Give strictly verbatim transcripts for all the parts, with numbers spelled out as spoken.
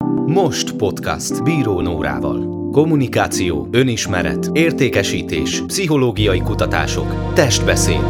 Most podcast Bíró Nórával. Kommunikáció, önismeret, értékesítés, pszichológiai kutatások, testbeszéd.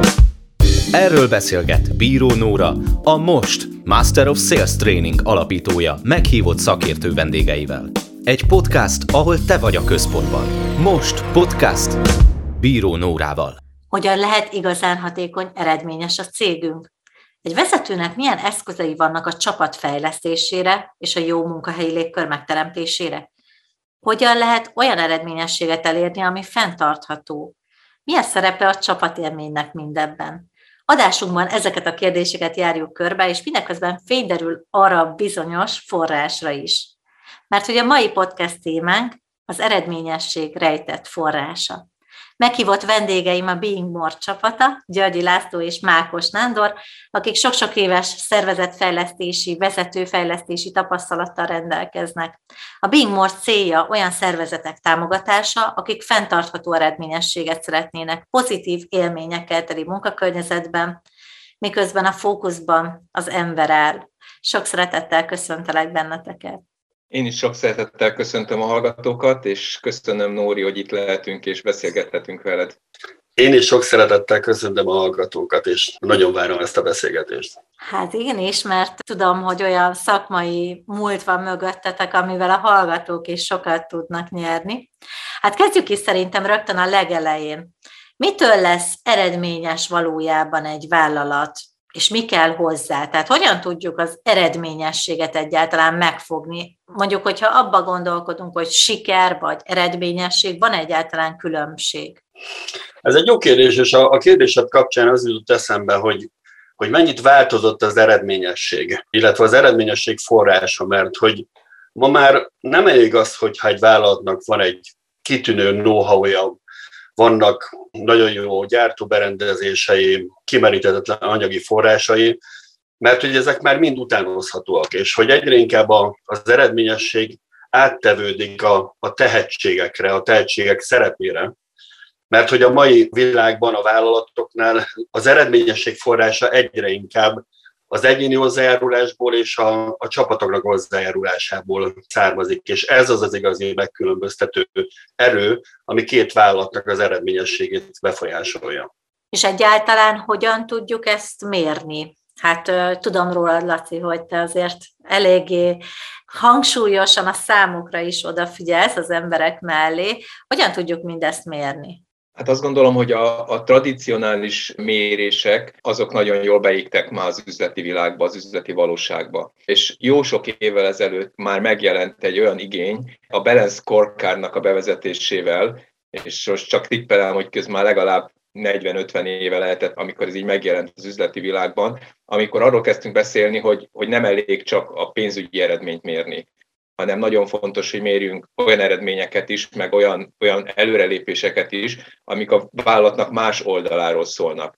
Erről beszélget Bíró Nóra, a Most Master of Sales Training alapítója meghívott szakértő vendégeivel. Egy podcast, ahol te vagy a központban. Most podcast Bíró Nórával. Hogyan lehet igazán hatékony, eredményes a cégünk? Egy vezetőnek milyen eszközei vannak a csapat fejlesztésére és a jó munkahelyi légkör megteremtésére? Hogyan lehet olyan eredményességet elérni, ami fenntartható? Milyen szerepe a csapatélménynek mindebben? Adásunkban ezeket a kérdéseket járjuk körbe, és mindeközben fény derül arra a bizonyos forrásra is. Mert hogy a mai podcast témánk az eredményesség rejtett forrása. Meghívott vendégeim a Being More csapata, Györgyi László és Mákos Nándor, akik sok-sok éves szervezetfejlesztési, vezetőfejlesztési tapasztalattal rendelkeznek. A Being More célja olyan szervezetek támogatása, akik fenntartható eredményességet szeretnének pozitív élményekkel teli munkakörnyezetben, miközben a fókuszban az ember áll. Sok szeretettel köszöntelek benneteket. Én is sok szeretettel köszöntöm a hallgatókat, és köszönöm, Nóri, hogy itt lehetünk és beszélgethetünk veled. Én is sok szeretettel köszöntöm a hallgatókat, és nagyon várom ezt a beszélgetést. Hát én is, mert tudom, hogy olyan szakmai múlt van mögöttetek, amivel a hallgatók is sokat tudnak nyerni. Hát kezdjük is szerintem rögtön a legelején. Mitől lesz eredményes valójában egy vállalat? És mi kell hozzá? Tehát hogyan tudjuk az eredményességet egyáltalán megfogni? Mondjuk, hogyha abba gondolkodunk, hogy siker vagy eredményesség, van egyáltalán különbség? Ez egy jó kérdés, és a, a kérdésed kapcsán az jutott eszembe, hogy, hogy mennyit változott az eredményesség, illetve az eredményesség forrása, mert hogy ma már nem elég az, hogyha egy vállalatnak van egy kitűnő know-how-ja, vannak nagyon jó gyártóberendezései, kimeríthetetlen anyagi forrásai, mert hogy ezek már mind utánozhatóak, és hogy egyre inkább az eredményesség áttevődik a, a tehetségekre, a tehetségek szerepére, mert hogy a mai világban a vállalatoknál az eredményesség forrása egyre inkább az egyéni hozzájárulásból és a, a csapatoknak hozzájárulásából származik, és ez az az igazi megkülönböztető erő, ami két vállalatnak az eredményességét befolyásolja. És egyáltalán hogyan tudjuk ezt mérni? Hát tudom rólad, Laci, hogy te azért eléggé hangsúlyosan a számokra is odafigyelsz az emberek mellé. Hogyan tudjuk mindezt mérni? Hát azt gondolom, hogy a, a tradicionális mérések, azok nagyon jól beégtek már az üzleti világba, az üzleti valóságba. És jó sok évvel ezelőtt már megjelent egy olyan igény a Balance Scorecardnak a bevezetésével, és most csak tippelem, hogy közben már legalább negyven-ötven éve lehetett, amikor ez így megjelent az üzleti világban, amikor arról kezdtünk beszélni, hogy, hogy nem elég csak a pénzügyi eredményt mérni, hanem nagyon fontos, hogy mérjünk olyan eredményeket is, meg olyan, olyan előrelépéseket is, amik a vállalatnak más oldaláról szólnak.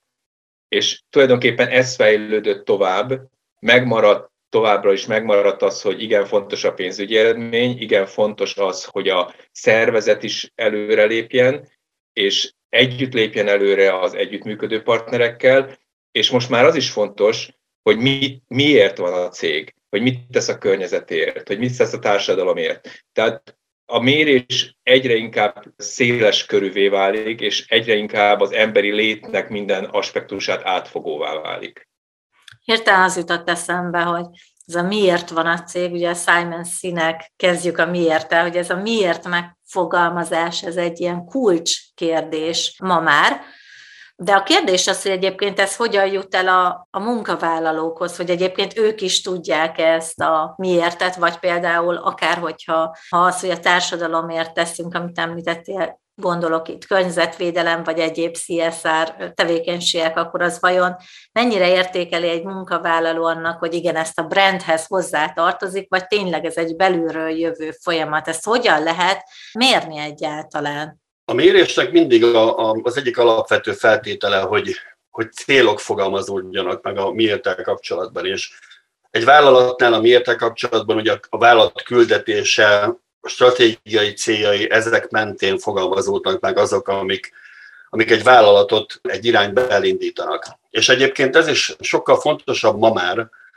És tulajdonképpen ez fejlődött tovább, megmaradt továbbra is megmaradt az, hogy igen fontos a pénzügyi eredmény, igen fontos az, hogy a szervezet is előrelépjen, és együtt lépjen előre az együttműködő partnerekkel, és most már az is fontos, hogy mi, miért van a cég, hogy mit tesz a környezetért, hogy mit tesz a társadalomért. Tehát a mérés egyre inkább széles körűvé válik, és egyre inkább az emberi létnek minden aspektusát átfogóvá válik. Hirtelen az jutott eszembe, hogy ez a miért van a cég, ugye a Simon Sinek kezdjük a miért-tel, hogy ez a miért megfogalmazás, ez egy ilyen kulcskérdés ma már. De a kérdés az, hogy egyébként ez hogyan jut el a, a munkavállalókhoz, hogy egyébként ők is tudják ezt a miértet, vagy például akár, hogyha ha az, hogy a társadalomért teszünk, amit említettél, gondolok itt környezetvédelem, vagy egyéb cé es er tevékenységek, akkor az vajon mennyire értékeli egy munkavállaló annak, hogy igen, ezt a brandhez hozzátartozik, vagy tényleg ez egy belülről jövő folyamat. Ezt hogyan lehet mérni egyáltalán? A mérésnek mindig a, a, az egyik alapvető feltétele, hogy, hogy célok fogalmazódjanak meg a miérttel kapcsolatban, és egy vállalatnál a miérttel kapcsolatban ugye a vállalat küldetése, a stratégiai céljai, ezek mentén fogalmazódnak meg azok, amik, amik egy vállalatot egy irányba elindítanak. És egyébként ez is sokkal fontosabb ma már,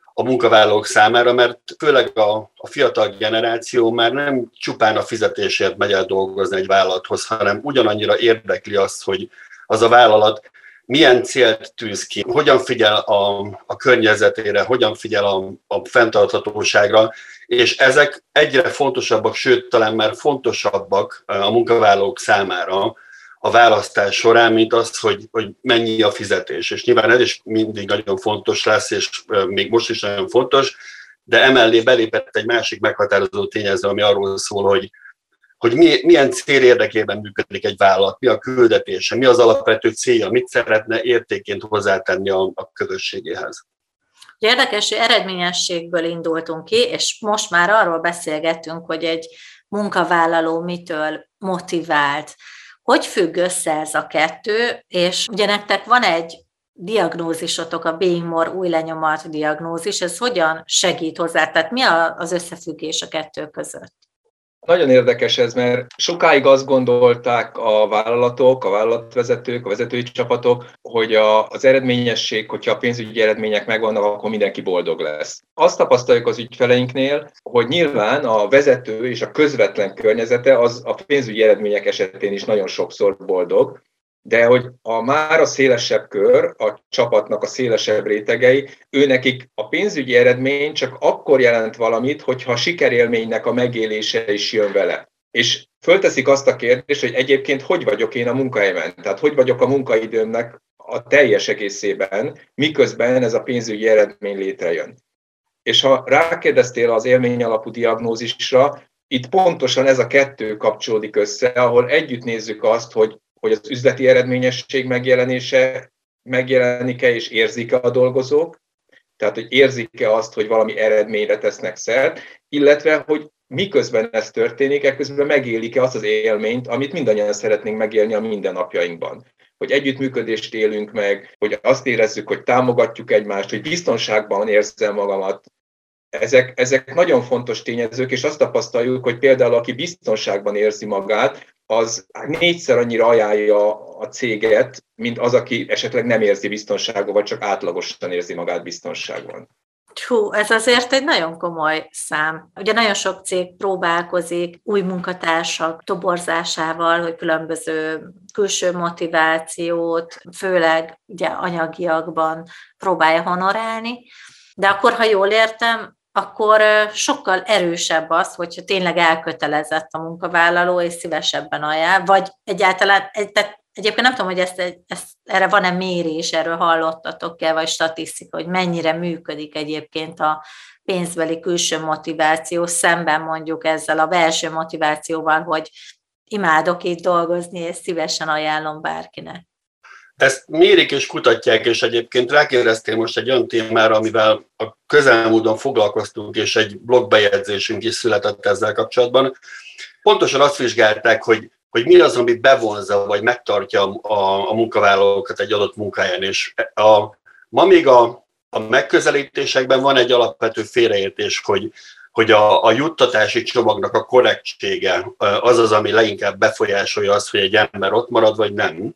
a munkavállalók számára, mert főleg a, a fiatal generáció már nem csupán a fizetésért megy el dolgozni egy vállalathoz, hanem ugyanannyira érdekli azt, hogy az a vállalat milyen célt tűz ki, hogyan figyel a, a környezetére, hogyan figyel a, a fenntarthatóságra, és ezek egyre fontosabbak, sőt, talán már fontosabbak a munkavállalók számára a választás során, mint az, hogy, hogy mennyi a fizetés. És nyilván ez is mindig nagyon fontos lesz, és még most is nagyon fontos, de emellé belépett egy másik meghatározó tényező, ami arról szól, hogy hogy milyen cél érdekében működik egy vállalat, mi a küldetése, mi az alapvető célja, mit szeretne értékként hozzátenni a, a közösségéhez. Érdekes, hogy eredményességből indultunk ki, és most már arról beszélgettünk, hogy egy munkavállaló mitől motivált. Hogy függ össze ez a kettő, és ugye nektek van egy diagnózisotok, a Being More új lenyomat diagnózis, ez hogyan segít hozzá? Tehát mi az összefüggés a kettő között? Nagyon érdekes ez, mert sokáig azt gondolták a vállalatok, a vállalatvezetők, a vezetői csapatok, hogy a, az eredményesség, hogyha a pénzügyi eredmények megvannak, akkor mindenki boldog lesz. Azt tapasztaljuk az ügyfeleinknél, hogy nyilván a vezető és a közvetlen környezete az a pénzügyi eredmények esetén is nagyon sokszor boldog, de hogy a már a szélesebb kör, a csapatnak a szélesebb rétegei, őnekik a pénzügyi eredmény csak akkor jelent valamit, hogyha a sikerélménynek a megélése is jön vele. És fölteszik azt a kérdést, hogy egyébként hogy vagyok én a munkahelyemen, tehát hogy vagyok a munkaidőmnek a teljes egészében, miközben ez a pénzügyi eredmény létrejön. És ha rákérdeztél az élmény alapú diagnózisra, itt pontosan ez a kettő kapcsolódik össze, ahol együtt nézzük azt, hogy hogy az üzleti eredményesség megjelenése megjelenik-e és érzik-e a dolgozók, tehát hogy érzik-e azt, hogy valami eredményre tesznek szert, illetve hogy miközben ez történik, ekközben megélik-e azt az élményt, amit mindannyian szeretnénk megélni a mindennapjainkban. Hogy együttműködést élünk meg, hogy azt érezzük, hogy támogatjuk egymást, hogy biztonságban érzem magamat. Ezek, ezek nagyon fontos tényezők, és azt tapasztaljuk, hogy például aki biztonságban érzi magát, az négyszer annyira ajánlja a céget, mint az, aki esetleg nem érzi biztonságban, vagy csak átlagosan érzi magát biztonságban. Hú, ez azért egy nagyon komoly szám. Ugye nagyon sok cég próbálkozik új munkatársak toborzásával, hogy különböző külső motivációt, főleg ugye anyagiakban próbálja honorálni, de akkor, ha jól értem, akkor sokkal erősebb az, hogyha tényleg elkötelezett a munkavállaló, és szívesebben ajánl, vagy egyáltalán, tehát egyébként nem tudom, hogy ezt, ezt, erre van-e mérés, erről hallottatok-e, vagy statisztika, hogy mennyire működik egyébként a pénzbeli külső motiváció szemben mondjuk ezzel a belső motivációval, hogy imádok itt dolgozni, és szívesen ajánlom bárkinek. Ezt mérik és kutatják, és egyébként rákérdeztél most egy olyan témára, amivel a közelmúltban foglalkoztunk, és egy blogbejegyzésünk is született ezzel kapcsolatban. Pontosan azt vizsgálták, hogy, hogy mi az, ami bevonza, vagy megtartja a, a munkavállalókat egy adott munkahelyen. És a, ma még a, a megközelítésekben van egy alapvető félreértés, hogy, hogy a, a juttatási csomagnak a korrektsége az az, ami leginkább befolyásolja azt, hogy egy ember ott marad, vagy nem.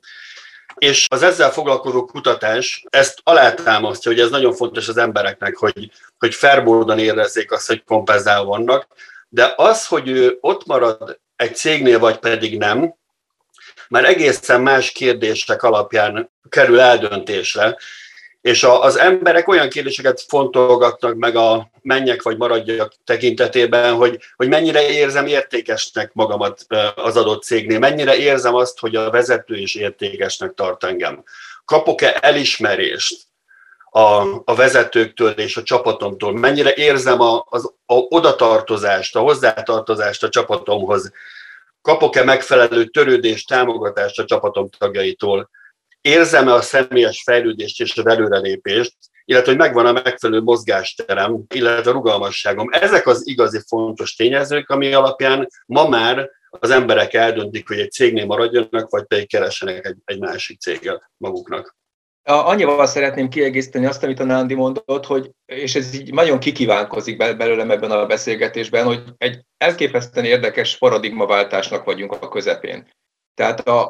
És az ezzel foglalkozó kutatás ezt alátámasztja, hogy ez nagyon fontos az embereknek, hogy, hogy fair módon érezzék azt, hogy kompenzálva vannak, de az, hogy ő ott marad egy cégnél, vagy pedig nem, már egészen más kérdések alapján kerül eldöntésre, és a, az emberek olyan kérdéseket fontolgatnak meg a menjek vagy maradjak tekintetében, hogy, hogy mennyire érzem értékesnek magamat az adott cégnél, mennyire érzem azt, hogy a vezető is értékesnek tart engem. Kapok-e elismerést a, a vezetőktől és a csapatomtól, mennyire érzem a, az, a odatartozást, a hozzátartozást a csapatomhoz, kapok-e megfelelő törődést, támogatást a csapatom tagjaitól, érzem-e a személyes fejlődést és az előrelépést, illetve hogy megvan a megfelelő mozgásterem, illetve a rugalmasságom. Ezek az igazi fontos tényezők, ami alapján ma már az emberek eldöntik, hogy egy cégnél maradjanak, vagy pedig keressenek egy, egy másik céget maguknak. Annyival szeretném kiegészíteni azt, amit a Nándi mondott, hogy, és ez így nagyon kikívánkozik belőlem ebben a beszélgetésben, hogy egy elképesztően érdekes paradigmaváltásnak vagyunk a közepén. Tehát a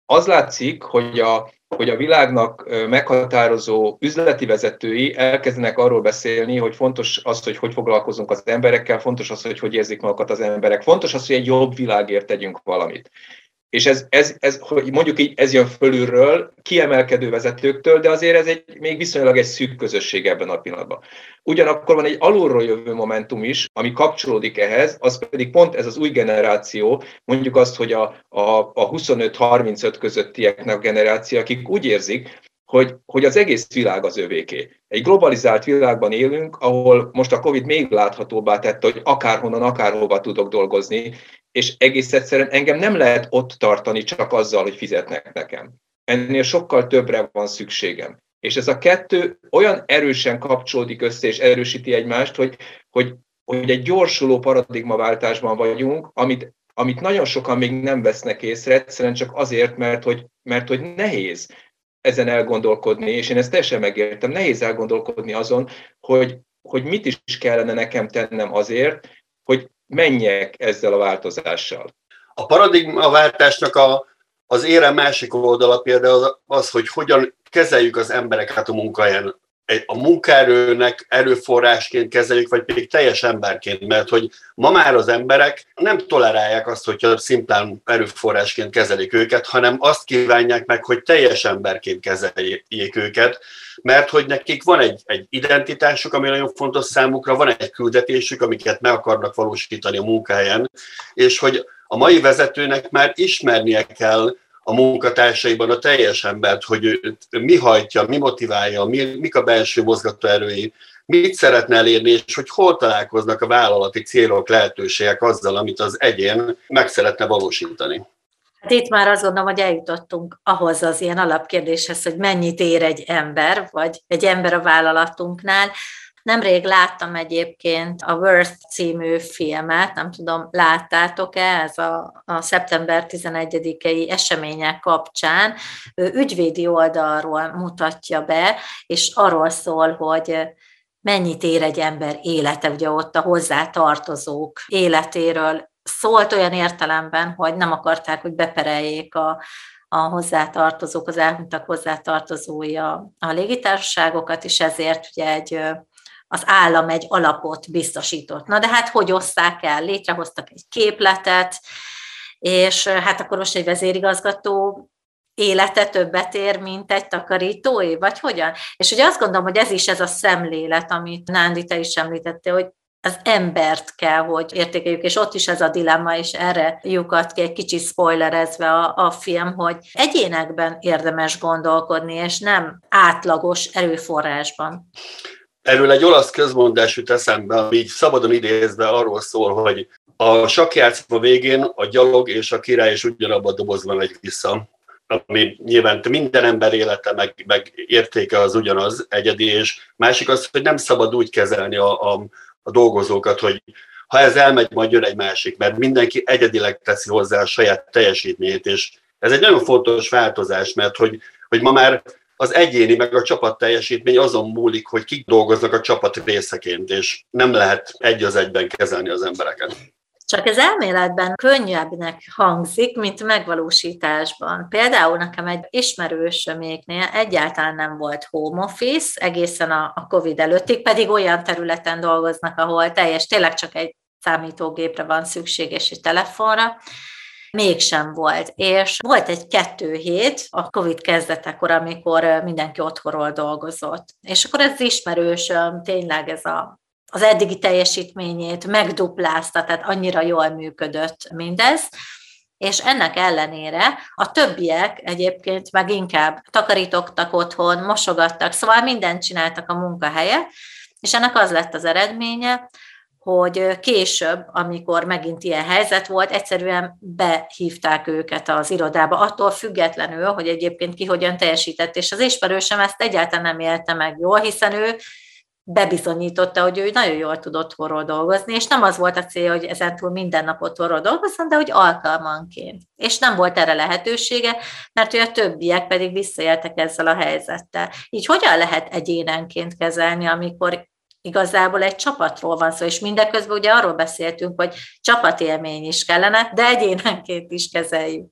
az látszik, hogy a, hogy a világnak meghatározó üzleti vezetői elkezdenek arról beszélni, hogy fontos az, hogy hogy foglalkozunk az emberekkel, fontos az, hogy hogy érzik magukat az emberek, fontos az, hogy egy jobb világért tegyünk valamit. És ez, ez, ez, hogy mondjuk így, ez jön fölülről, kiemelkedő vezetőktől, de azért ez egy, még viszonylag egy szűk közösség ebben a pillanatban. Ugyanakkor van egy alulról jövő momentum is, ami kapcsolódik ehhez, az pedig pont ez az új generáció, mondjuk azt, hogy a, a, a huszonöt-harmincöt közöttieknek a generáció, akik úgy érzik, hogy, hogy az egész világ az övéké. Egy globalizált világban élünk, ahol most a Covid még láthatóbbá tette, hogy akárhonnan, akárhova tudok dolgozni, és egész egyszerűen engem nem lehet ott tartani csak azzal, hogy fizetnek nekem. Ennél sokkal többre van szükségem. És ez a kettő olyan erősen kapcsolódik össze, és erősíti egymást, hogy, hogy, hogy egy gyorsuló paradigmaváltásban vagyunk, amit, amit nagyon sokan még nem vesznek észre, egyszerűen csak azért, mert hogy, mert hogy nehéz ezen elgondolkodni, és én ezt teljesen megértem, nehéz elgondolkodni azon, hogy, hogy mit is kellene nekem tennem azért, hogy menjek ezzel a változással. A paradigmaváltásnak a, az érem másik oldala például az, hogy hogyan kezeljük az embereket a munkahelyen. A munkaerőnek erőforrásként kezeljük, vagy pedig teljes emberként, mert hogy ma már az emberek nem tolerálják azt, hogyha szimplán erőforrásként kezelik őket, hanem azt kívánják meg, hogy teljes emberként kezeljék őket, mert hogy nekik van egy, egy identitásuk, ami nagyon fontos számukra, van egy küldetésük, amiket meg akarnak valósítani a munkahelyen, és hogy a mai vezetőnek már ismernie kell a munkatársaiban a teljes embert, hogy ő, mi hajtja, mi motiválja, mi, mik a belső mozgatóerői, mit szeretne elérni, és hogy hol találkoznak a vállalati célok, lehetőségek azzal, amit az egyén meg szeretne valósítani. Hát itt már azt gondolom, hogy eljutottunk ahhoz az ilyen alapkérdéshez, hogy mennyit ér egy ember, vagy egy ember a vállalatunknál. Nemrég láttam egyébként a Worth című filmet, nem tudom, láttátok-e, ez a, a szeptember tizenegyedikei események kapcsán. Ő ügyvédi oldalról mutatja be, és arról szól, hogy mennyit ér egy ember élete, ugye ott a hozzátartozók életéről szólt olyan értelemben, hogy nem akarták, hogy bepereljék a, a hozzátartozók, az elhunytak hozzátartozói a, a légitársaságokat, és ezért ugye egy, az állam egy alapot biztosított. Na de hát hogy osszák el? Létrehoztak egy képletet, és hát akkor most egy vezérigazgató élete többet ér, mint egy takarítóé, vagy hogyan? És ugye azt gondolom, hogy ez is ez a szemlélet, amit Nándi, te is említettél, hogy az embert kell, hogy értékeljük, és ott is ez a dilemma, és erre lyukat ki egy kicsit spoilerezve a, a film, hogy egyénekben érdemes gondolkodni, és nem átlagos erőforrásban. Erről egy olasz közmondás jut eszembe, ami így szabadon idézve arról szól, hogy a sakkjátszma végén a gyalog és a király is ugyanabban a dobozban megy vissza. Ami nyilván minden ember élete meg, meg értéke az ugyanaz, egyedi, és másik az, hogy nem szabad úgy kezelni a, a, a dolgozókat, hogy ha ez elmegy, majd jön egy másik, mert mindenki egyedileg teszi hozzá a saját teljesítményét, és ez egy nagyon fontos változás, mert hogy, hogy ma már az egyéni meg a csapat teljesítmény azon múlik, hogy kik dolgoznak a csapat részeként, és nem lehet egy az egyben kezelni az embereket. Csak ez elméletben könnyebbnek hangzik, mint megvalósításban. Például nekem egy ismerősöméknél egyáltalán nem volt home office, egészen a Covid előttig, pedig olyan területen dolgoznak, ahol teljes, tényleg csak egy számítógépre van szükség, és egy telefonra, mégsem volt. És volt egy kettő hét a Covid kezdetekor, amikor mindenki otthonról dolgozott. És akkor ez ismerősöm, tényleg ez a az eddigi teljesítményét megduplázta, tehát annyira jól működött mindez, és ennek ellenére a többiek egyébként meg inkább takarítottak otthon, mosogattak, szóval mindent csináltak a munkahelyen, és ennek az lett az eredménye, hogy később, amikor megint ilyen helyzet volt, egyszerűen behívták őket az irodába, attól függetlenül, hogy egyébként ki hogyan teljesített, és az ismerősöm ezt egyáltalán nem élte meg jól, hiszen ő bebizonyította, hogy ő nagyon jól tud otthonról dolgozni, és nem az volt a célja, hogy ezentúl minden nap otthonról dolgozzon, de hogy alkalmanként. És nem volt erre lehetősége, mert hogy a többiek pedig visszaéltek ezzel a helyzettel. Így hogyan lehet egyénenként kezelni, amikor igazából egy csapatról van szó, és mindeközben ugye arról beszéltünk, hogy csapatélmény is kellene, de egyénenként is kezeljük.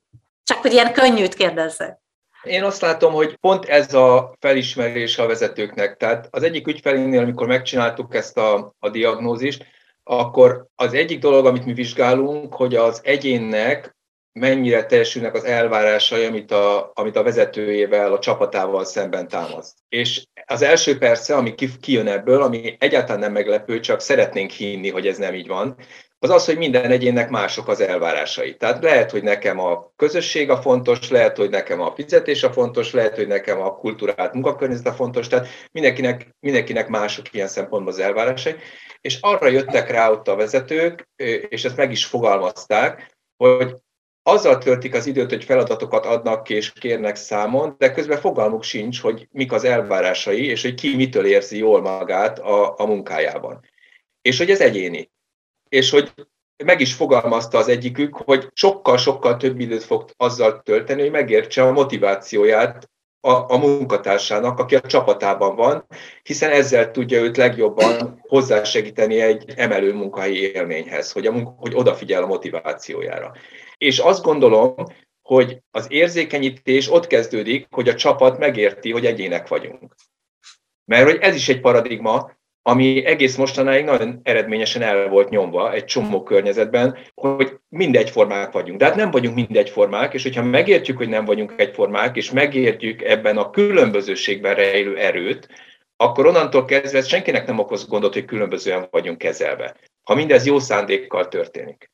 Csak hogy ilyen könnyűt kérdezzek. Én azt látom, hogy pont ez a felismerése a vezetőknek. Tehát az egyik ügyfelünknél, amikor megcsináltuk ezt a, a diagnózist, akkor az egyik dolog, amit mi vizsgálunk, hogy az egyénnek mennyire teljesülnek az elvárásai, amit a, amit a vezetőjével, a csapatával szemben támaszt. És az első persze, ami kijön ebből, ami egyáltalán nem meglepő, csak szeretnénk hinni, hogy ez nem így van, az az, hogy minden egyénnek mások az elvárásai. Tehát lehet, hogy nekem a közösség a fontos, lehet, hogy nekem a fizetés a fontos, lehet, hogy nekem a kultúrált munkakörnyezet a fontos, tehát mindenkinek, mindenkinek mások ilyen szempontból az elvárásai. És arra jöttek rá ott a vezetők, és ezt meg is fogalmazták, hogy azzal töltik az időt, hogy feladatokat adnak ki és kérnek számon, de közben fogalmuk sincs, hogy mik az elvárásai, és hogy ki mitől érzi jól magát a, a munkájában. És hogy ez egyéni. És hogy meg is fogalmazta az egyikük, hogy sokkal-sokkal több időt fog azzal tölteni, hogy megértse a motivációját a, a munkatársának, aki a csapatában van, hiszen ezzel tudja őt legjobban hozzásegíteni egy emelő munkahelyi élményhez, hogy, a munka, hogy odafigyel a motivációjára. És azt gondolom, hogy az érzékenyítés ott kezdődik, hogy a csapat megérti, hogy egyének vagyunk. Mert hogy ez is egy paradigma, ami egész mostanáig nagyon eredményesen el volt nyomva egy csomó környezetben, hogy mindegyformák vagyunk. De hát nem vagyunk mindegyformák, és hogyha megértjük, hogy nem vagyunk egyformák, és megértjük ebben a különbözőségben rejlő erőt, akkor onnantól kezdve ez senkinek nem okoz gondot, hogy különbözően vagyunk kezelve, ha mindez jó szándékkal történik.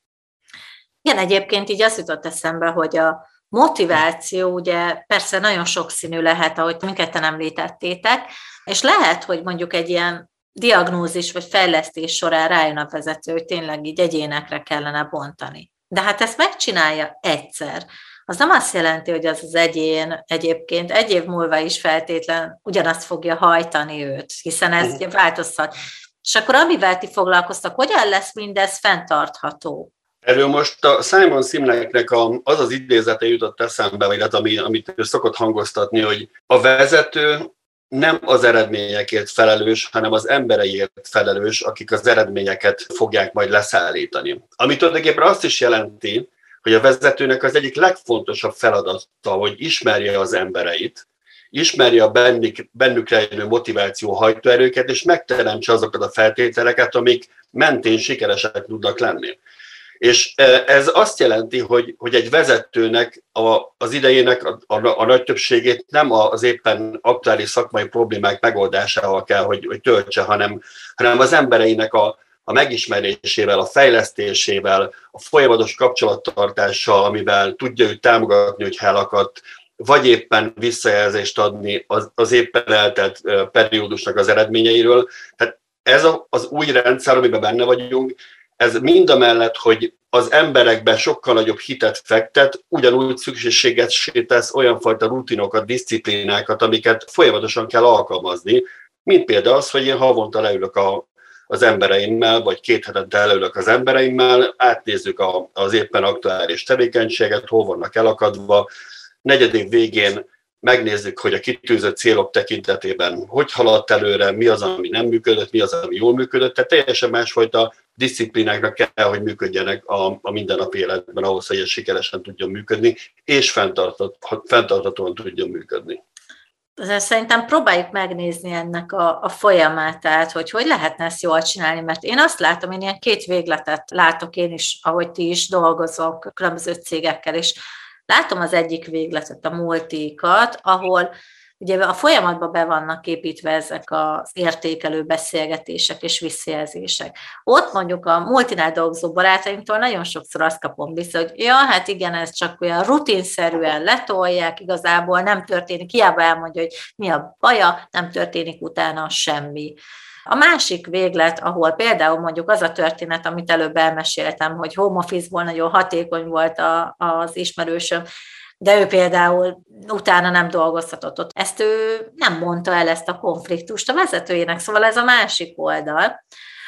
Igen, egyébként így azt jutott eszembe, hogy a motiváció ugye persze nagyon sokszínű lehet, ahogy minket említettétek, és lehet, hogy mondjuk egy ilyen diagnózis vagy fejlesztés során rájön a vezető, hogy tényleg így egyénekre kellene bontani. De hát ezt megcsinálja egyszer. Az nem azt jelenti, hogy az az egyén egyébként egy év múlva is feltétlen ugyanazt fogja hajtani őt, hiszen ez változhat. És akkor amivel ti foglalkoztak, hogyan lesz mindez fenntartható? Erről most a Simon Sineknek az az idézete jutott eszembe, vagy ami, amit ő szokott hangoztatni, hogy a vezető nem az eredményekért felelős, hanem az embereiért felelős, akik az eredményeket fogják majd leszállítani. Ami tulajdonképpen azt is jelenti, hogy a vezetőnek az egyik legfontosabb feladata, hogy ismerje az embereit, ismerje a bennük, bennük rejlő motiváció hajtóerőket, és megteremtse azokat a feltételeket, amik mentén sikeresek tudnak lenni. És ez azt jelenti, hogy, hogy egy vezetőnek a, az idejének a, a, a nagy többségét nem az éppen aktuális szakmai problémák megoldásával kell, hogy, hogy töltse, hanem, hanem az embereinek a, a megismerésével, a fejlesztésével, a folyamatos kapcsolattartással, amivel tudja őt támogatni, hogy elakadt, vagy éppen visszajelzést adni az, az éppen eltelt periódusnak az eredményeiről. Tehát ez a, az új rendszer, amiben benne vagyunk, ez mindamellett, hogy az emberekben sokkal nagyobb hitet fektet, ugyanúgy szükségesé tesz olyan fajta rutinokat, diszciplinákat, amiket folyamatosan kell alkalmazni, mint például az, hogy én havonta leülök a, az embereimmel, vagy két hetente leülök az embereimmel, átnézzük a, az éppen aktuális tevékenységet, hol vannak elakadva, negyedik végén megnézzük, hogy a kitűzött célok tekintetében hogy haladt előre, mi az, ami nem működött, mi az, ami jól működött. Tehát teljesen másfajta disziplináknak kell, hogy működjenek a, a mindennapi életben ahhoz, hogy ez sikeresen tudjon működni, és fenntarthatóan tudjon működni. Szerintem próbáljuk megnézni ennek a, a folyamatát, hogy hogy lehetne ezt jól csinálni, mert én azt látom, én ilyen két végletet látok én is, ahogy ti is dolgozok különböző cégekkel, és látom az egyik végletet, a multikat, ahol ugye a folyamatban be vannak építve ezek az értékelő beszélgetések és visszajelzések. Ott mondjuk a multinál dolgozó barátaimtól nagyon sokszor azt kapom vissza, hogy ja, hát igen, ez csak olyan rutinszerűen letolják, igazából nem történik, hiába elmondja, hogy mi a baja, nem történik utána semmi. A másik véglet, ahol például mondjuk az a történet, amit előbb elmeséltem, hogy home office-ból nagyon hatékony volt a, az ismerősöm, de ő például utána nem dolgozhatott ott. Ezt ő nem mondta el, ezt a konfliktust a vezetőjének, szóval ez a másik oldal,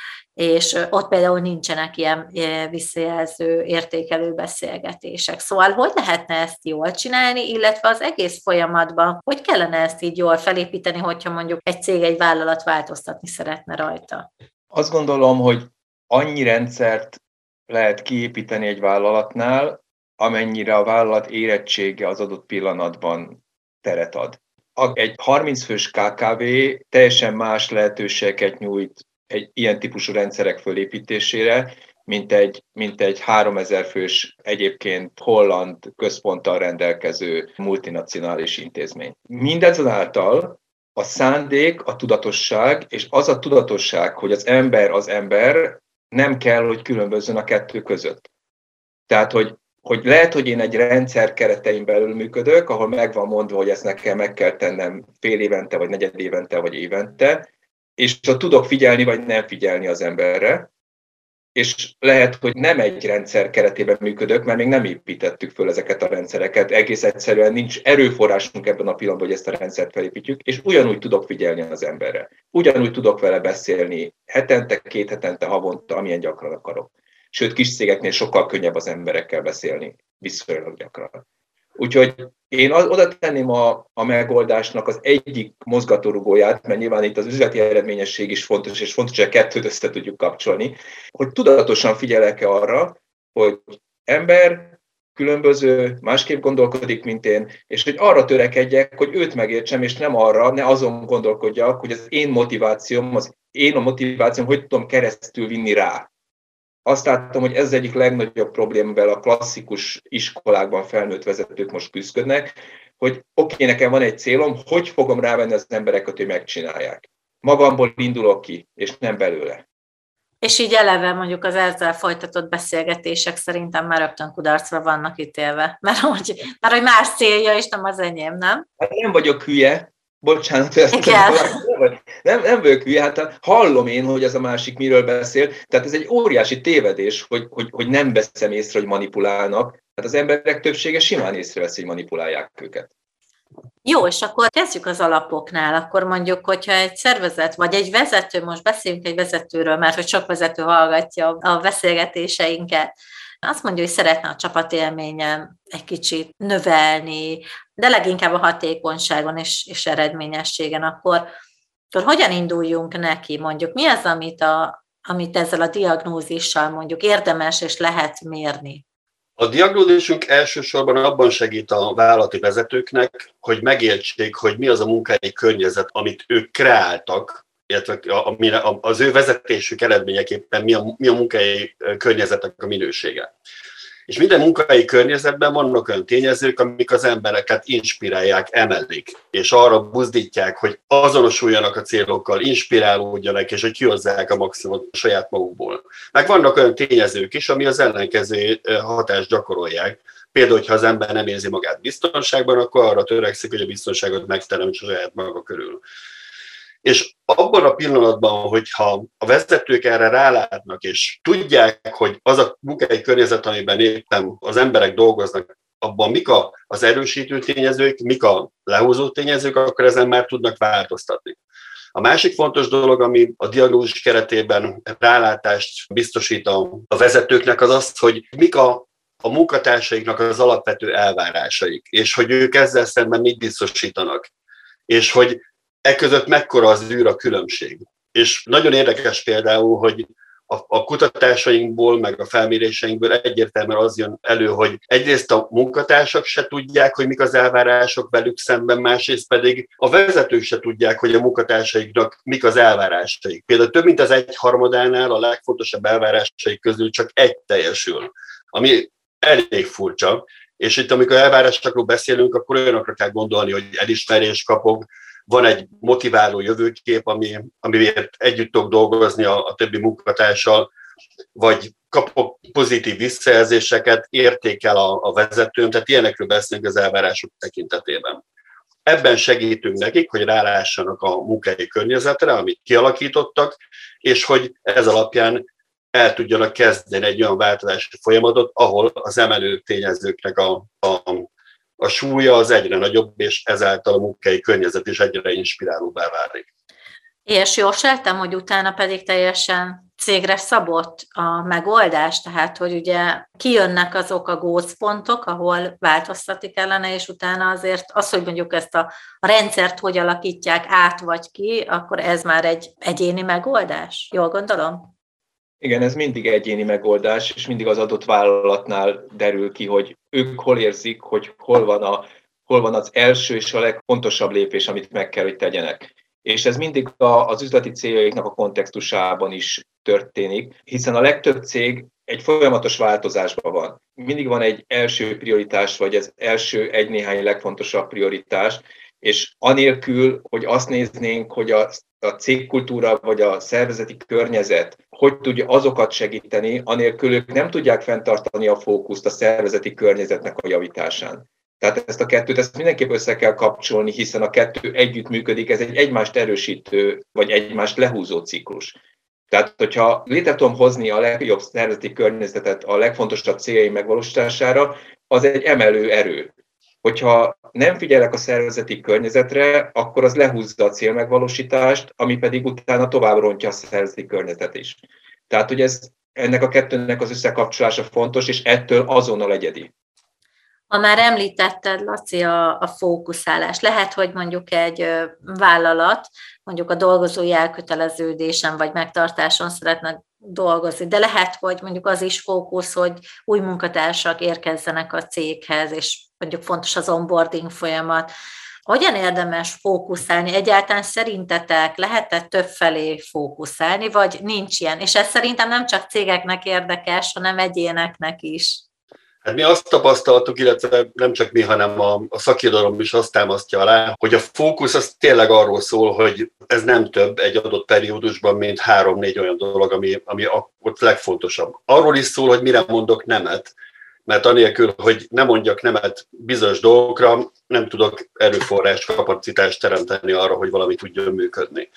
és ott például nincsenek ilyen visszajelző, értékelő beszélgetések. Szóval hogy lehetne ezt jól csinálni, illetve az egész folyamatban, hogy kellene ezt így jól felépíteni, hogyha mondjuk egy cég, egy vállalat változtatni szeretne rajta? Azt gondolom, hogy annyi rendszert lehet kiépíteni egy vállalatnál, amennyire a vállalat érettsége az adott pillanatban teret ad. Egy harminc fős ká ká vé teljesen más lehetőségeket nyújt egy ilyen típusú rendszerek fölépítésére, mint egy, mint egy háromezer fős, egyébként holland központtal rendelkező multinacionális intézmény. Mindezonáltal a szándék, a tudatosság, és az a tudatosság, hogy az ember az ember, nem kell, hogy különbözzön a kettő között. Tehát, hogy, hogy lehet, hogy én egy rendszer keretein belül működök, ahol meg van mondva, hogy ezt nekem meg kell tennem fél évente, vagy negyed évente, vagy évente, és ott tudok figyelni, vagy nem figyelni az emberre, és lehet, hogy nem egy rendszer keretében működök, mert még nem építettük föl ezeket a rendszereket. Egész egyszerűen nincs erőforrásunk ebben a pillanatban, hogy ezt a rendszert felépítjük, és ugyanúgy tudok figyelni az emberre. Ugyanúgy tudok vele beszélni hetente, két hetente, havonta, amilyen gyakran akarok. Sőt, kis cégeknél sokkal könnyebb az emberekkel beszélni, viszonylag gyakran. Úgyhogy én oda tenném a, a megoldásnak az egyik mozgatórugóját, mert nyilván itt az üzleti eredményesség is fontos, és fontos, hogy a kettőt össze tudjuk kapcsolni, hogy tudatosan figyelek-e arra, hogy ember különböző, másképp gondolkodik, mint én, és hogy arra törekedjek, hogy őt megértsem, és nem arra, ne azon gondolkodjak, hogy az én motivációm, az én a motivációm, hogy tudom keresztül vinni rá. Azt láttam, hogy ez az egyik legnagyobb probléma, amivel a klasszikus iskolákban felnőtt vezetők most küzdködnek, hogy oké, nekem van egy célom, hogy fogom rávenni az embereket, hogy megcsinálják. Magamból indulok ki, és nem belőle. És így eleve mondjuk az ezzel folytatott beszélgetések szerintem már rögtön kudarcra vannak ítélve, mert hogy, mert hogy más célja, és nem az enyém, nem? Hát nem vagyok hülye. Bocsánat, hogy ezt nem, nem, nem vagyok hülye, hát hallom én, hogy ez a másik miről beszél, tehát ez egy óriási tévedés, hogy, hogy, hogy nem veszem észre, hogy manipulálnak, hát az emberek többsége simán észreveszi, hogy manipulálják őket. Jó, és akkor kezdjük az alapoknál, akkor mondjuk, hogyha egy szervezet, vagy egy vezető, most beszéljünk egy vezetőről, mert hogy sok vezető hallgatja a beszélgetéseinket, azt mondja, hogy szeretne a csapatélményen egy kicsit növelni, de leginkább a hatékonyságon és, és eredményességen, akkor, akkor hogyan induljunk neki, mondjuk mi az, amit, a, amit ezzel a diagnózissal mondjuk érdemes és lehet mérni? A diagnózisunk elsősorban abban segít a vállalati vezetőknek, hogy megértsék, hogy mi az a munkahelyi környezet, amit ők kreáltak, illetve az ő vezetésük eredményeképpen mi a, mi a munkahelyi környezetnek a minősége. És minden munkahelyi környezetben vannak olyan tényezők, amik az embereket inspirálják, emelik, és arra buzdítják, hogy azonosuljanak a célokkal, inspirálódjanak, és hogy kihozzák a maximumot a saját magukból. Meg vannak olyan tényezők is, ami az ellenkező hatást gyakorolják. Például, hogyha az ember nem érzi magát biztonságban, akkor arra törekszik, hogy a biztonságot megteremtse saját maga körül. És abban a pillanatban, hogyha a vezetők erre rálátnak, és tudják, hogy az a munkahelyi környezet, amiben éppen az emberek dolgoznak, abban mik az erősítő tényezők, mik a lehúzó tényezők, akkor ezen már tudnak változtatni. A másik fontos dolog, ami a diagnózis keretében rálátást biztosít a vezetőknek, az az, hogy mik a, a munkatársaiknak az alapvető elvárásaik, és hogy ők ezzel szemben mit biztosítanak, és hogy e között mekkora az űr, a különbség. És nagyon érdekes például, hogy a, a kutatásainkból, meg a felméréseinkből egyértelműen az jön elő, hogy egyrészt a munkatársak se tudják, hogy mik az elvárások velük szemben, másrészt pedig a vezetők se tudják, hogy a munkatársaiknak mik az elvárásaik. Például több mint az egyharmadánál a legfontosabb elvárásaik közül csak egy teljesül, ami elég furcsa. És itt, amikor elvárásokról beszélünk, akkor olyanokra kell gondolni, hogy elismerést kapok, van egy motiváló jövőkép, ami, amiért együtt tudok dolgozni a, a többi munkatársal, vagy kapok pozitív visszajelzéseket, értékel a, a vezetőm, tehát ilyenekről beszélünk az elvárások tekintetében. Ebben segítünk nekik, hogy rálássanak a munkahelyi környezetre, amit kialakítottak, és hogy ez alapján el tudjanak kezdeni egy olyan változási folyamatot, ahol az emelő tényezőknek a, a a súlya az egyre nagyobb, és ezáltal a munkahelyi környezet is egyre inspirálóbbá válik. És jól sejtem, hogy utána pedig teljesen cégre szabott a megoldás, tehát hogy ugye kijönnek azok a gócpontok, ahol változtatni kellene, és utána azért az, hogy mondjuk ezt a, a rendszert hogy alakítják át vagy ki, akkor ez már egy egyéni megoldás. Jól gondolom? Igen, ez mindig egyéni megoldás, és mindig az adott vállalatnál derül ki, hogy ők hol érzik, hogy hol van, a, hol van az első és a legfontosabb lépés, amit meg kell, hogy tegyenek. És ez mindig a, az üzleti céljaiknak a kontextusában is történik, hiszen a legtöbb cég egy folyamatos változásban van. Mindig van egy első prioritás, vagy az első egy-néhány legfontosabb prioritás, és anélkül, hogy azt néznénk, hogy a, a cégkultúra vagy a szervezeti környezet hogy tudja azokat segíteni, anélkül ők nem tudják fenntartani a fókuszt a szervezeti környezetnek a javításán. Tehát ezt a kettőt ezt mindenképp össze kell kapcsolni, hiszen a kettő együtt működik, ez egy egymást erősítő, vagy egymást lehúzó ciklus. Tehát, hogyha létre tudom hozni a legjobb szervezeti környezetet a legfontosabb céljaim megvalósítására, az egy emelő erő. Hogyha nem figyelek a szervezeti környezetre, akkor az lehúzza a célmegvalósítást, ami pedig utána tovább rontja a szervezeti környezetet is. Tehát, hogy ez, ennek a kettőnek az összekapcsolása fontos, és ettől azonnal egyedi. Ha már említetted, Laci, a, a fókuszálás. Lehet, hogy mondjuk egy vállalat, mondjuk a dolgozói elköteleződésen vagy megtartáson szeretne dolgozni, de lehet, hogy mondjuk az is fókusz, hogy új munkatársak érkezzenek a céghez, és mondjuk fontos az onboarding folyamat. Hogyan érdemes fókuszálni? Egyáltalán szerintetek lehet-e többfelé fókuszálni, vagy nincs ilyen? És ez szerintem nem csak cégeknek érdekes, hanem egyéneknek is. Hát mi azt tapasztaltuk, illetve nem csak mi, hanem a, a szakirodalom is azt támasztja alá, hogy a fókusz az tényleg arról szól, hogy ez nem több egy adott periódusban, mint három-négy olyan dolog, ami, ami ott legfontosabb. Arról is szól, hogy mire mondok nemet, mert anélkül, hogy ne mondjak nemet bizonyos dolgokra, nem tudok erőforrás, kapacitást teremteni arra, hogy valami tudjon működni.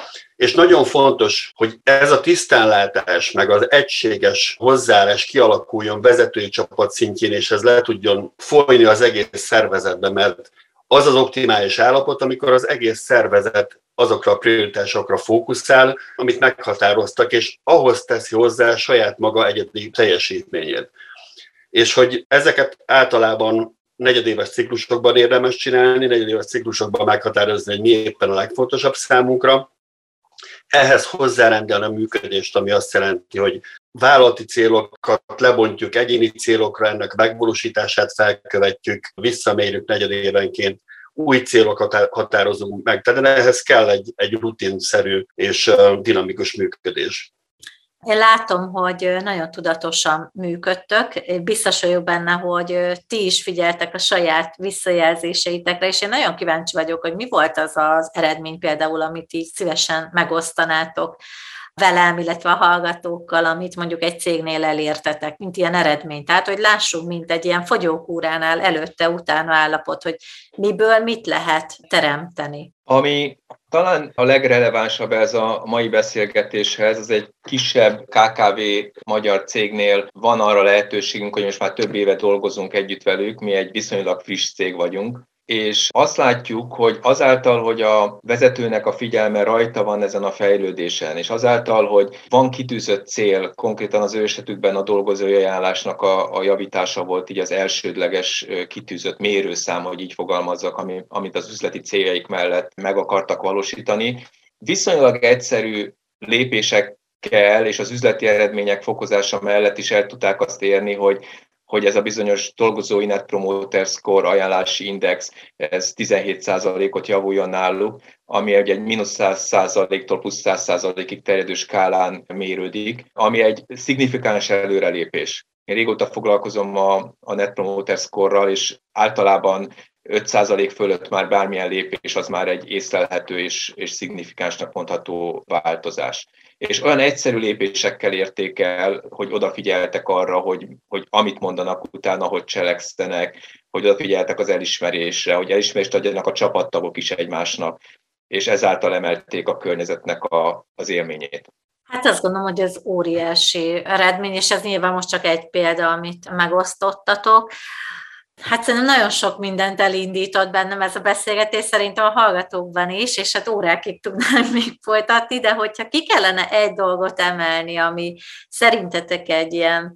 És nagyon fontos, hogy ez a tisztánlátás, meg az egységes hozzáállás kialakuljon vezetői csapat szintjén, és ez le tudjon folyni az egész szervezetben, mert az az optimális állapot, amikor az egész szervezet azokra a prioritásokra fókuszál, amit meghatároztak, és ahhoz teszi hozzá a saját maga egyedi teljesítményét. És hogy ezeket általában negyedéves ciklusokban érdemes csinálni, negyedéves ciklusokban meghatározni, hogy mi éppen a legfontosabb számunkra. Ehhez hozzárendelni a működést, ami azt jelenti, hogy vállalati célokat lebontjuk egyéni célokra, ennek megvalósítását felkövetjük, visszamérjük negyedévenként, új célokat határozunk meg. Tehát ehhez kell egy, egy rutinszerű és dinamikus működés. Én látom, hogy nagyon tudatosan működtök. Én biztos vagyok benne, hogy ti is figyeltek a saját visszajelzéseitekre, és én nagyon kíváncsi vagyok, hogy mi volt az az eredmény például, amit így szívesen megosztanátok velem, illetve a hallgatókkal, amit mondjuk egy cégnél elértetek, mint ilyen eredmény. Tehát, hogy lássuk, mint egy ilyen fogyókúránál előtte-utána állapot, hogy miből mit lehet teremteni. Ami talán a legrelevánsabb ez a mai beszélgetéshez, az egy kisebb ká ká vé magyar cégnél van arra lehetőségünk, hogy most már több éve dolgozunk együtt velük, mi egy viszonylag friss cég vagyunk, és azt látjuk, hogy azáltal, hogy a vezetőnek a figyelme rajta van ezen a fejlődésen, és azáltal, hogy van kitűzött cél, konkrétan az ő esetükben a dolgozói ajánlásnak a, a javítása volt így az elsődleges kitűzött mérőszám, hogy így fogalmazzak, ami, amit az üzleti céljaik mellett meg akartak valósítani. Viszonylag egyszerű lépésekkel és az üzleti eredmények fokozása mellett is el tudták azt érni, hogy hogy ez a bizonyos dolgozói Net Promoter Score ajánlási index, ez tizenhét százalékot javuljon náluk, ami egy mínusz száz százaléktól plusz száz százalékig terjedő skálán mérődik, ami egy szignifikáns előrelépés. Én régóta foglalkozom a, a Net Promoter Score-ral, és általában öt százalék fölött már bármilyen lépés az már egy észlelhető és, és szignifikánsnak mondható változás. És olyan egyszerű lépésekkel érték el, hogy odafigyeltek arra, hogy, hogy amit mondanak utána, hogy cselekszenek, hogy odafigyeltek az elismerésre, hogy elismerést adjanak a csapattagok is egymásnak, és ezáltal emelték a környezetnek a, az élményét. Hát azt gondolom, hogy ez óriási eredmény, és ez nyilván most csak egy példa, amit megosztottatok. Hát szerintem nagyon sok mindent elindított bennem ez a beszélgetés, szerintem a hallgatókban is, és hát órákig tudnánk még folytatni, de hogyha ki kellene egy dolgot emelni, ami szerintetek egy ilyen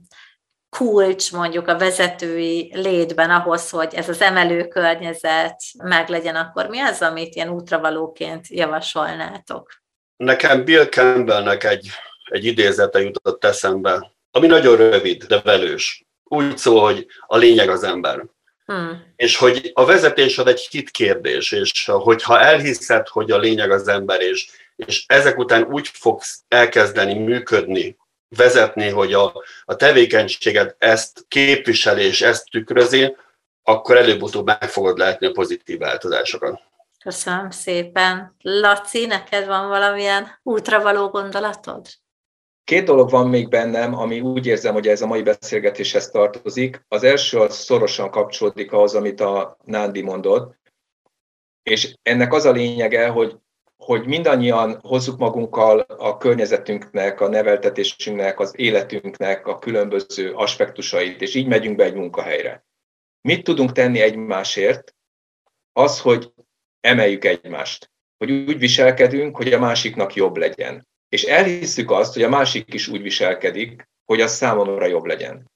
kulcs mondjuk a vezetői létben ahhoz, hogy ez az emelő környezet meglegyen, akkor mi az, amit ilyen útravalóként javasolnátok? Nekem Bill Campbellnek egy egy idézete jutott eszembe, ami nagyon rövid, de velős. Úgy szól, hogy a lényeg az ember. Hmm. És hogy a vezetés az egy hitkérdés, és hogyha elhiszed, hogy a lényeg az ember, és, és ezek után úgy fogsz elkezdeni működni, vezetni, hogy a, a tevékenységed ezt képviseli és ezt tükrözi, akkor előbb-utóbb meg fogod látni a pozitív változásokat. Köszönöm szépen. Laci, neked van valamilyen útra való gondolatod? Két dolog van még bennem, ami úgy érzem, hogy ez a mai beszélgetéshez tartozik. Az első az szorosan kapcsolódik ahhoz, amit a Nándi mondott, és ennek az a lényege, hogy, hogy mindannyian hozzuk magunkkal a környezetünknek, a neveltetésünknek, az életünknek a különböző aspektusait, és így megyünk be egy munkahelyre. Mit tudunk tenni egymásért? Az, hogy emeljük egymást, hogy úgy viselkedünk, hogy a másiknak jobb legyen. És elhisszük azt, hogy a másik is úgy viselkedik, hogy az számomra jobb legyen.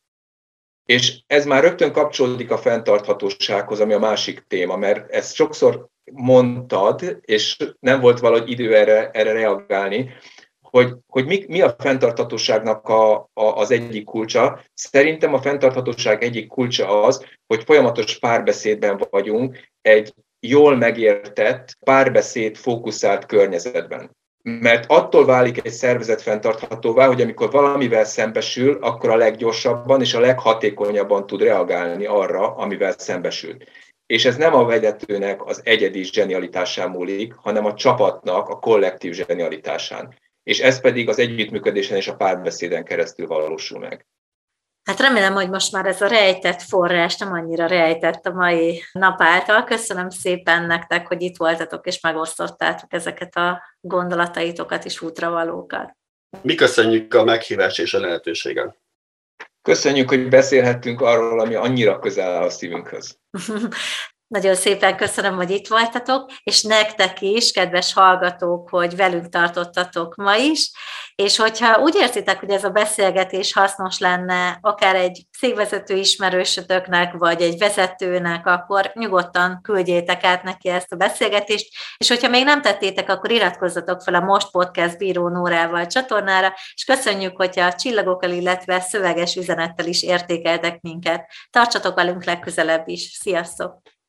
És ez már rögtön kapcsolódik a fenntarthatósághoz, ami a másik téma, mert ezt sokszor mondtad, és nem volt valahogy idő erre, erre reagálni, hogy, hogy mi, mi a fenntarthatóságnak a, a, az egyik kulcsa. Szerintem a fenntarthatóság egyik kulcsa az, hogy folyamatos párbeszédben vagyunk egy jól megértett, párbeszéd fókuszált környezetben. Mert attól válik egy szervezet fenntarthatóvá, hogy amikor valamivel szembesül, akkor a leggyorsabban és a leghatékonyabban tud reagálni arra, amivel szembesül. És ez nem a vezetőnek az egyedi zsenialitásán múlik, hanem a csapatnak a kollektív zsenialitásán. És ez pedig az együttműködésen és a párbeszéden keresztül valósul meg. Hát remélem, hogy most már ez a rejtett forrás nem annyira rejtett a mai nap által. Köszönöm szépen nektek, hogy itt voltatok és megosztottátok ezeket a gondolataitokat és útravalókat. Mi köszönjük a meghívást és a lehetőséget. Köszönjük, hogy beszélhettünk arról, ami annyira közel áll a szívünkhöz. Nagyon szépen köszönöm, hogy itt voltatok, és nektek is, kedves hallgatók, hogy velünk tartottatok ma is, és hogyha úgy érzitek, hogy ez a beszélgetés hasznos lenne akár egy cégvezető ismerősötöknek, vagy egy vezetőnek, akkor nyugodtan küldjétek át neki ezt a beszélgetést, és hogyha még nem tettétek, akkor iratkozzatok fel a Most Podcast Bíró Nórával csatornára, és köszönjük, hogyha a csillagokkal, illetve szöveges üzenettel is értékeltek minket. Tartsatok velünk legközelebb is. Sziasztok!